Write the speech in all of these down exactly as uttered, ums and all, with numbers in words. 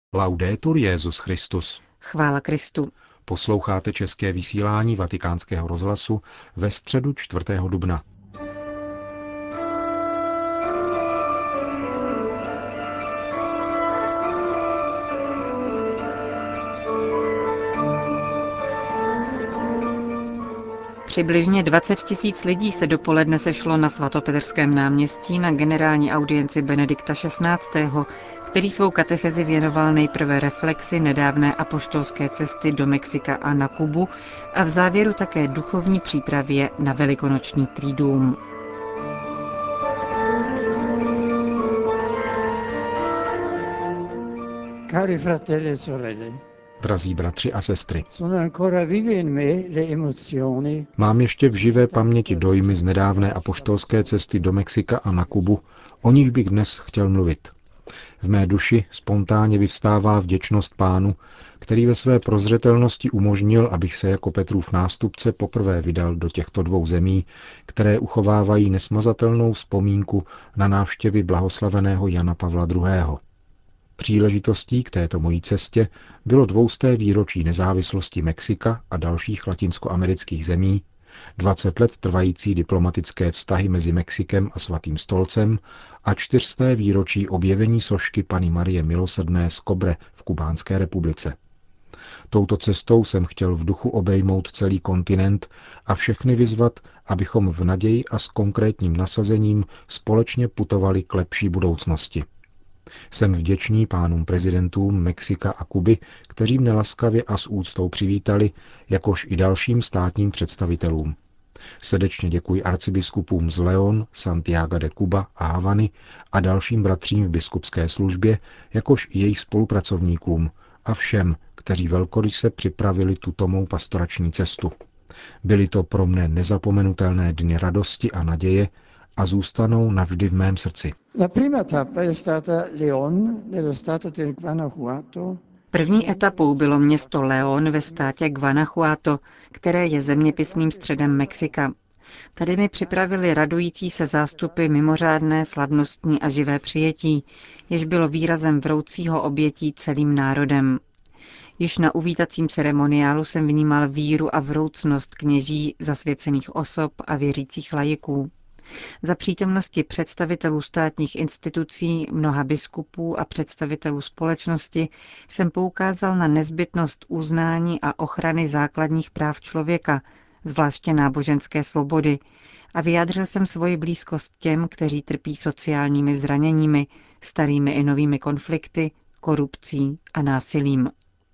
Laudetur Jesus Christus. Chvála Kristu. Posloucháte české vysílání Vatikánského rozhlasu ve středu čtvrtého dubna. Přibližně dvacet tisíc lidí se dopoledne sešlo na svatopetrském náměstí na generální audienci Benedikta šestnáctého., který svou katechezi věnoval nejprve reflexi nedávné apoštolské cesty do Mexika a na Kubu a v závěru také duchovní přípravě na velikonoční triduum. Cari fratelli e sorelle, Drazí bratři a sestry, sono ancora vive in me le emozioni. mám ještě v živé paměti dojmy z nedávné apoštolské cesty do Mexika a na Kubu, o nich bych dnes chtěl mluvit. V mé duši spontánně vyvstává vděčnost Pánu, který ve své prozřetelnosti umožnil, abych se jako Petrův nástupce poprvé vydal do těchto dvou zemí, které uchovávají nesmazatelnou vzpomínku na návštěvy blahoslaveného Jana Pavla druhého. Příležitostí k této mojí cestě bylo dvousté výročí nezávislosti Mexika a dalších latinskoamerických zemí, dvacet let trvající diplomatické vztahy mezi Mexikem a Svatým stolcem a čtyřsté výročí objevení sošky Panny Marie Milosrdné z Cobre v Kubánské republice. Touto cestou jsem chtěl v duchu obejmout celý kontinent a všechny vyzvat, abychom v naději a s konkrétním nasazením společně putovali k lepší budoucnosti. Jsem vděčný pánům prezidentům Mexika a Kuby, kteří mne laskavě a s úctou přivítali, jakož i dalším státním představitelům. Srdečně děkuji arcibiskupům z León, Santiago de Cuba a Havany a dalším bratřím v biskupské službě, jakož i jejich spolupracovníkům a všem, kteří velkoryse připravili tuto mou pastorační cestu. Byly to pro mne nezapomenutelné dny radosti a naděje, a zůstanou navždy v mém srdci. První etapou bylo město León ve státě Guanajuato, které je zeměpisným středem Mexika. Tady mi připravili radující se zástupy mimořádné, slavnostní a živé přijetí, jež bylo výrazem vroucího obětí celým národem. Již na uvítacím ceremoniálu jsem vnímal víru a vroucnost kněží, zasvěcených osob a věřících laiků. Za přítomnosti představitelů státních institucí, mnoha biskupů a představitelů společnosti jsem poukázal na nezbytnost uznání a ochrany základních práv člověka, zvláště náboženské svobody, a vyjádřil jsem svoji blízkost těm, kteří trpí sociálními zraněními, starými i novými konflikty, korupcí a násilím.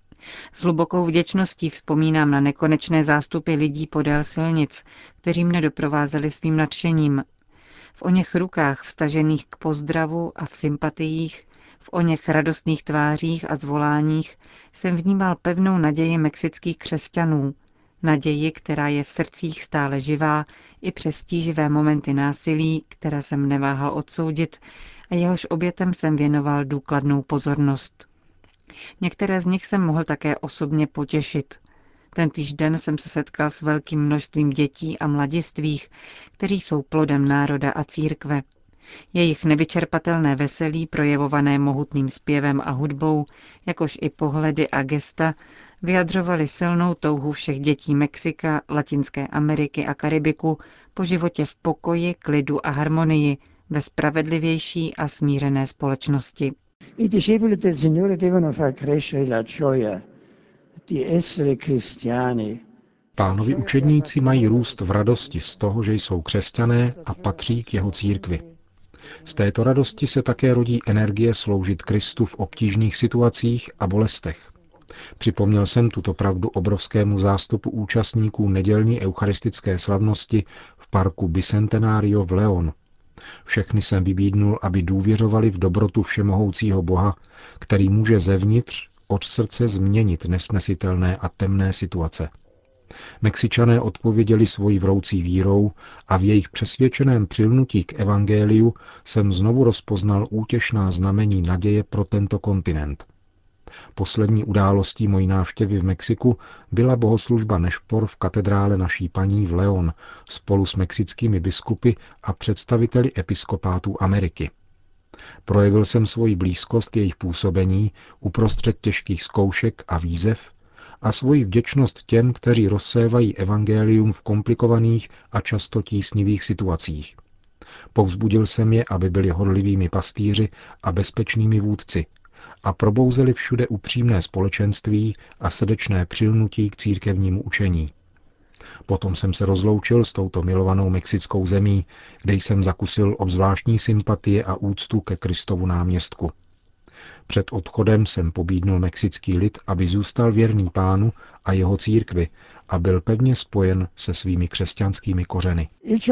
S hlubokou vděčností vzpomínám na nekonečné zástupy lidí podél silnic, kteří mne doprovázeli svým nadšením. V oněch rukách vstažených k pozdravu a v sympatiích, v oněch radostných tvářích a zvoláních jsem vnímal pevnou naději mexických křesťanů, naději, která je v srdcích stále živá i přes tíživé momenty násilí, které jsem neváhal odsoudit a jehož obětem jsem věnoval důkladnou pozornost. Některé z nich jsem mohl také osobně potěšit. Tentýž den jsem se setkal s velkým množstvím dětí a mladistvých, kteří jsou plodem národa a církve. Jejich nevyčerpatelné veselí, projevované mohutným zpěvem a hudbou, jakož i pohledy a gesta, vyjadřovali silnou touhu všech dětí Mexika, Latinské Ameriky a Karibiku po životě v pokoji, klidu a harmonii, ve spravedlivější a smířené společnosti. I discepoli del Signore devono far crescere la gioia di essere cristiani. Pánovi učedníci mají růst v radosti z toho, že jsou křesťané a patří k jeho církvi. Z této radosti se také rodí energie sloužit Kristu v obtížných situacích a bolestech. Připomněl jsem tuto pravdu obrovskému zástupu účastníků nedělní eucharistické slavnosti v parku Bicentenario v León. Všechny jsem vybídnul, aby důvěřovali v dobrotu všemohoucího Boha, který může zevnitř od srdce změnit nesnesitelné a temné situace. Mexičané odpověděli svojí vroucí vírou a v jejich přesvědčeném přilnutí k evangeliu jsem znovu rozpoznal útěšná znamení naděje pro tento kontinent. Poslední událostí mojí návštěvy v Mexiku byla bohoslužba nešpor v katedrále Naší Paní v León spolu s mexickými biskupy a představiteli episkopátů Ameriky. Projevil jsem svoji blízkost jejich působení uprostřed těžkých zkoušek a výzev a svoji vděčnost těm, kteří rozsévají evangelium v komplikovaných a často tísnivých situacích. Povzbudil jsem je, aby byli horlivými pastýři a bezpečnými vůdci a probouzeli všude upřímné společenství a srdečné přilnutí k církevnímu učení. Potom jsem se rozloučil s touto milovanou mexickou zemí, kde jsem zakusil obzvláštní sympatie a úctu ke Kristovu náměstku. Před odchodem jsem pobídnul mexický lid, aby zůstal věrný Pánu a jeho církvi a byl pevně spojen se svými křesťanskými kořeny.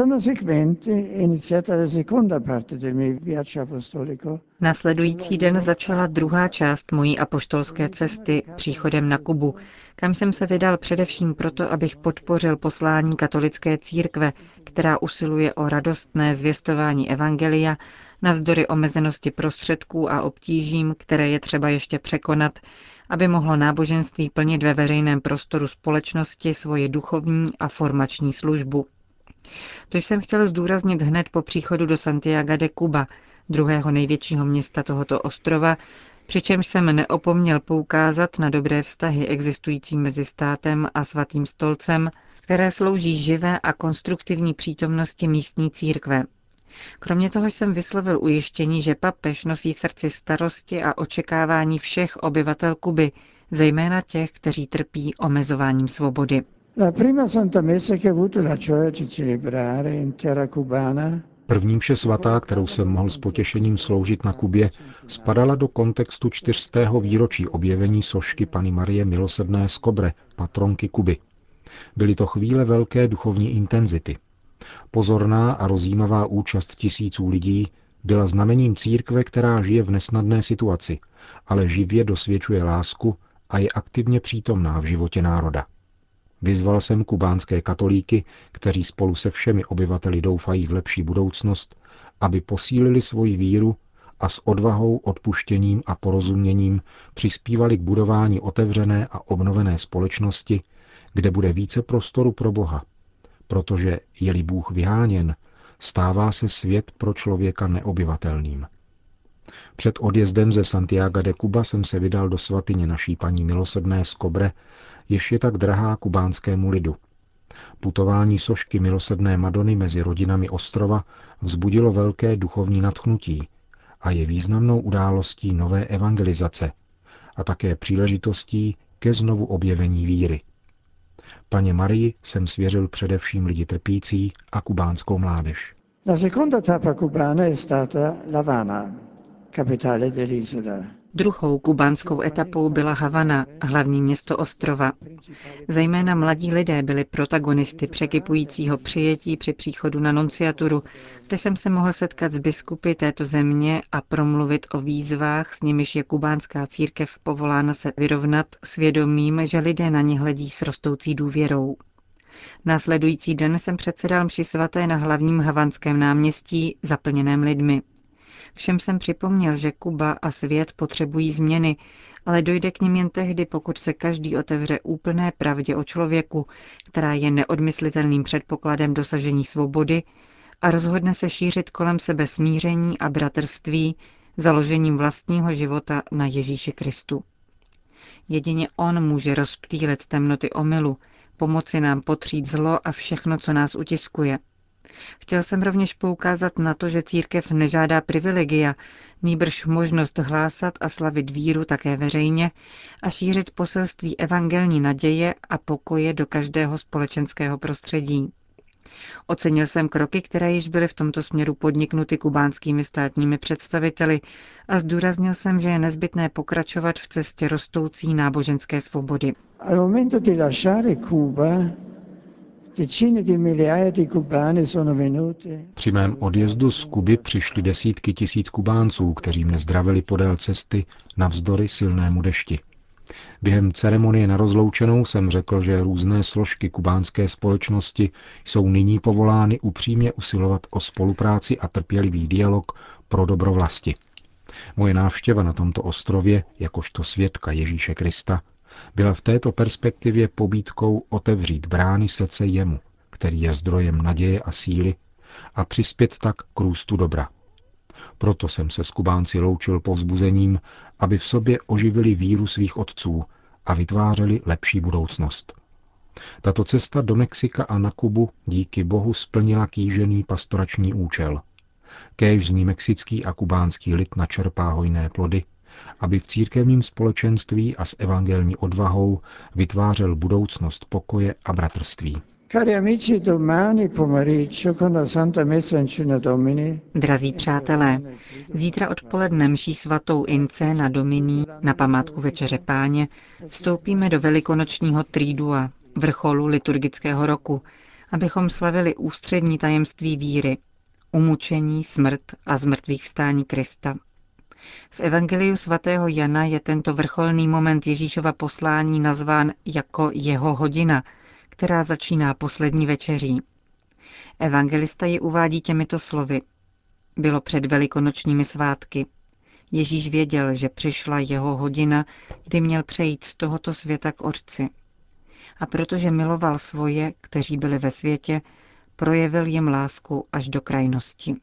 Následující den začala druhá část mojí apoštolské cesty příchodem na Kubu, kam jsem se vydal především proto, abych podpořil poslání katolické církve, která usiluje o radostné zvěstování evangelia navzdory omezenosti prostředků a obtížím, které je třeba ještě překonat, aby mohlo náboženství plnit ve veřejném prostoru společnosti svoji duchovní a formační službu. To jsem chtěl zdůraznit hned po příchodu do Santiaga de Cuba, druhého největšího města tohoto ostrova, přičemž jsem neopomněl poukázat na dobré vztahy existující mezi státem a Svatým stolcem, které slouží živé a konstruktivní přítomnosti místní církve. Kromě toho jsem vyslovil ujištění, že papež nosí v srdci starosti a očekávání všech obyvatel Kuby, zejména těch, kteří trpí omezováním svobody. První mše svatá, kterou jsem mohl s potěšením sloužit na Kubě, spadala do kontextu čtyřstého výročí objevení sošky Panny Marie Milosrdné z Cobre, patronky Kuby. Byly to chvíle velké duchovní intenzity. Pozorná a rozjímavá účast tisíců lidí byla znamením církve, která žije v nesnadné situaci, ale živě dosvědčuje lásku a je aktivně přítomná v životě národa. Vyzval jsem kubánské katolíky, kteří spolu se všemi obyvateli doufají v lepší budoucnost, aby posílili svoji víru a s odvahou, odpuštěním a porozuměním přispívali k budování otevřené a obnovené společnosti, kde bude více prostoru pro Boha, protože je-li Bůh vyháněn, stává se svět pro člověka neobyvatelným. Před odjezdem ze Santiaga de Cuba jsem se vydal do svatyně naší Paní Milosrdné z Cobre, jež je tak drahá kubánskému lidu. Putování sošky Milosrdné Madony mezi rodinami ostrova vzbudilo velké duchovní nadchnutí a je významnou událostí nové evangelizace a také příležitostí ke znovu objevení víry. Paně Marii jsem svěřil především lidi trpící a kubánskou mládež. La seconda tappa cubana è stata L'Havana, capitale dell'isola. Druhou kubánskou etapou byla Havana, hlavní město ostrova. Zejména mladí lidé byli protagonisty překypujícího přijetí při příchodu na nunciaturu, kde jsem se mohl setkat s biskupy této země a promluvit o výzvách, s nimiž je kubánská církev povolána se vyrovnat svědomím, že lidé na ně hledí s rostoucí důvěrou. Následující den jsem předsedal mši svaté na hlavním havanském náměstí, zaplněném lidmi. Všem jsem připomněl, že Kuba a svět potřebují změny, ale dojde k nim jen tehdy, pokud se každý otevře úplné pravdě o člověku, která je neodmyslitelným předpokladem dosažení svobody, a rozhodne se šířit kolem sebe smíření a bratrství založením vlastního života na Ježíši Kristu. Jedině on může rozptýlit temnoty omylu, pomoci nám potřít zlo a všechno, co nás utiskuje. Chtěl jsem rovněž poukázat na to, že církev nežádá privilegia, nýbrž možnost hlásat a slavit víru také veřejně a šířit poselství evangelní naděje a pokoje do každého společenského prostředí. Ocenil jsem kroky, které již byly v tomto směru podniknuty kubánskými státními představiteli a zdůraznil jsem, že je nezbytné pokračovat v cestě rostoucí náboženské svobody. Al momento di lasciare Cuba, decine di migliaia di cubani sono venuti. Při mém odjezdu z Kuby přišly desítky tisíc Kubánců, kteří mne zdravili podél cesty navzdory silnému dešti. Během ceremonie na rozloučenou jsem řekl, že různé složky kubánské společnosti jsou nyní povolány upřímně usilovat o spolupráci a trpělivý dialog pro dobro vlasti. Moje návštěva na tomto ostrově, jakožto svědka Ježíše Krista, byla v této perspektivě pobídkou otevřít brány srdce jemu, který je zdrojem naděje a síly, a přispět tak k růstu dobra. Proto jsem se s Kubánci loučil povzbuzením, aby v sobě oživili víru svých otců a vytvářeli lepší budoucnost. Tato cesta do Mexika a na Kubu díky Bohu splnila kýžený pastorační účel. Kéž z ní mexický a kubánský lid načerpá hojné plody, aby v církevním společenství a s evangelní odvahou vytvářel budoucnost pokoje a bratrství. Drazí přátelé, zítra odpoledne mší svatou Ince na Domini na památku Večeře Páně vstoupíme do velikonočního trídua, vrcholu liturgického roku, abychom slavili ústřední tajemství víry, umučení, smrt a zmrtvých vstání Krista. V evangeliu svatého Jana je tento vrcholný moment Ježíšova poslání nazván jako jeho hodina, která začíná poslední večeří. Evangelista ji uvádí těmito slovy. Bylo před velikonočními svátky. Ježíš věděl, že přišla jeho hodina, kdy měl přejít z tohoto světa k Otci. A protože miloval svoje, kteří byli ve světě, projevil jim lásku až do krajnosti.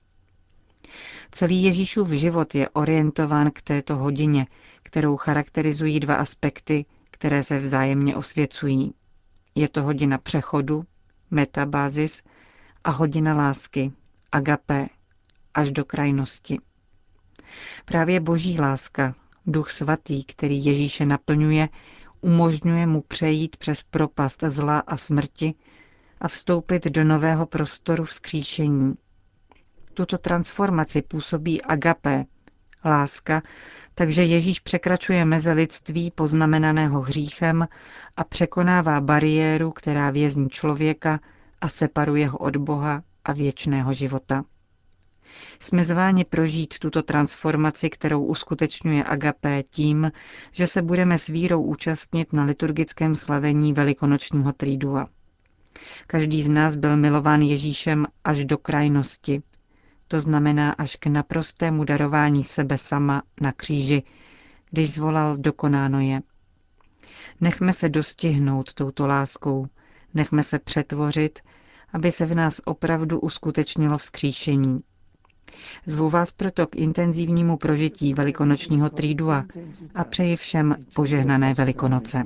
Celý Ježíšův život je orientován k této hodině, kterou charakterizují dva aspekty, které se vzájemně osvěcují. Je to hodina přechodu, metabázis, a hodina lásky, agapé, až do krajnosti. Právě boží láska, Duch svatý, který Ježíše naplňuje, umožňuje mu přejít přes propast zla a smrti a vstoupit do nového prostoru vzkříšení. Tuto transformaci působí agapé, láska, takže Ježíš překračuje meze lidství poznamenaného hříchem a překonává bariéru, která vězní člověka a separuje ho od Boha a věčného života. Jsme zváni prožít tuto transformaci, kterou uskutečňuje agapé tím, že se budeme s vírou účastnit na liturgickém slavení velikonočního trídua. Každý z nás byl milován Ježíšem až do krajnosti, to znamená až k naprostému darování sebe sama na kříži, když zvolal dokonáno je. Nechme se dostihnout touto láskou, nechme se přetvořit, aby se v nás opravdu uskutečnilo vzkříšení. Zvu vás proto k intenzivnímu prožití velikonočního trídua a přeji všem požehnané Velikonoce.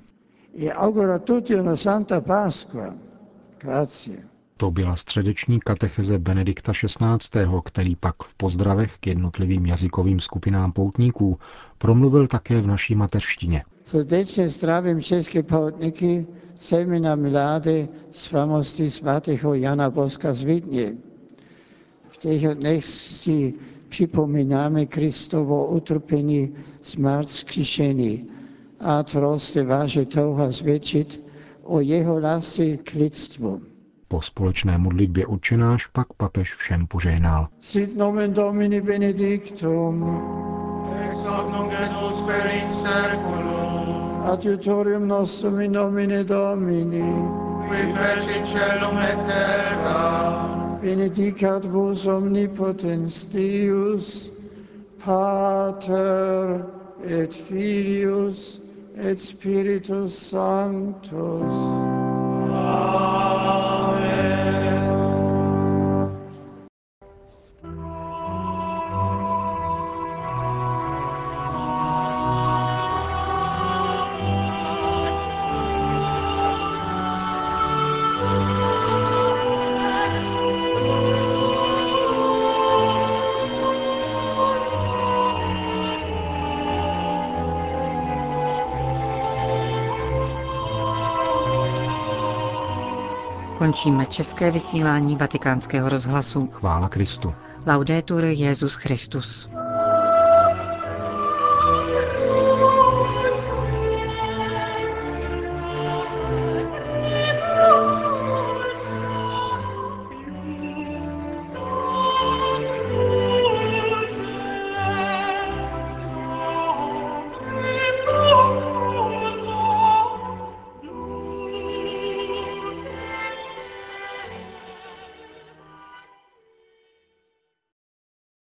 To byla středeční katecheze Benedikta šestnáctého, který pak v pozdravech k jednotlivým jazykovým skupinám poutníků promluvil také v naší mateřštině. Srdečně zdravím české poutníky Semina Milády svamosti svatého Jana Boska z Vídně. V těchto dnech si připomínáme Kristovo utrpení, smrt, vzkříšení a roste váže touha zvětšit o jeho lásce k lidstvu. Po společné modlitbě Otčenáš pak papež všem požehnal. Sit nomen Domini benedictum. Ex hoc nunc et usque in seculum. Adiutorium nostrum in nomine Domini. Qui fecit caelum et terra. Benedicat vos omnipotens Deus, Pater et Filius et Spiritus Sanctus. Končíme české vysílání Vatikánského rozhlasu. Chvála Kristu. Laudetur Jesus Christus.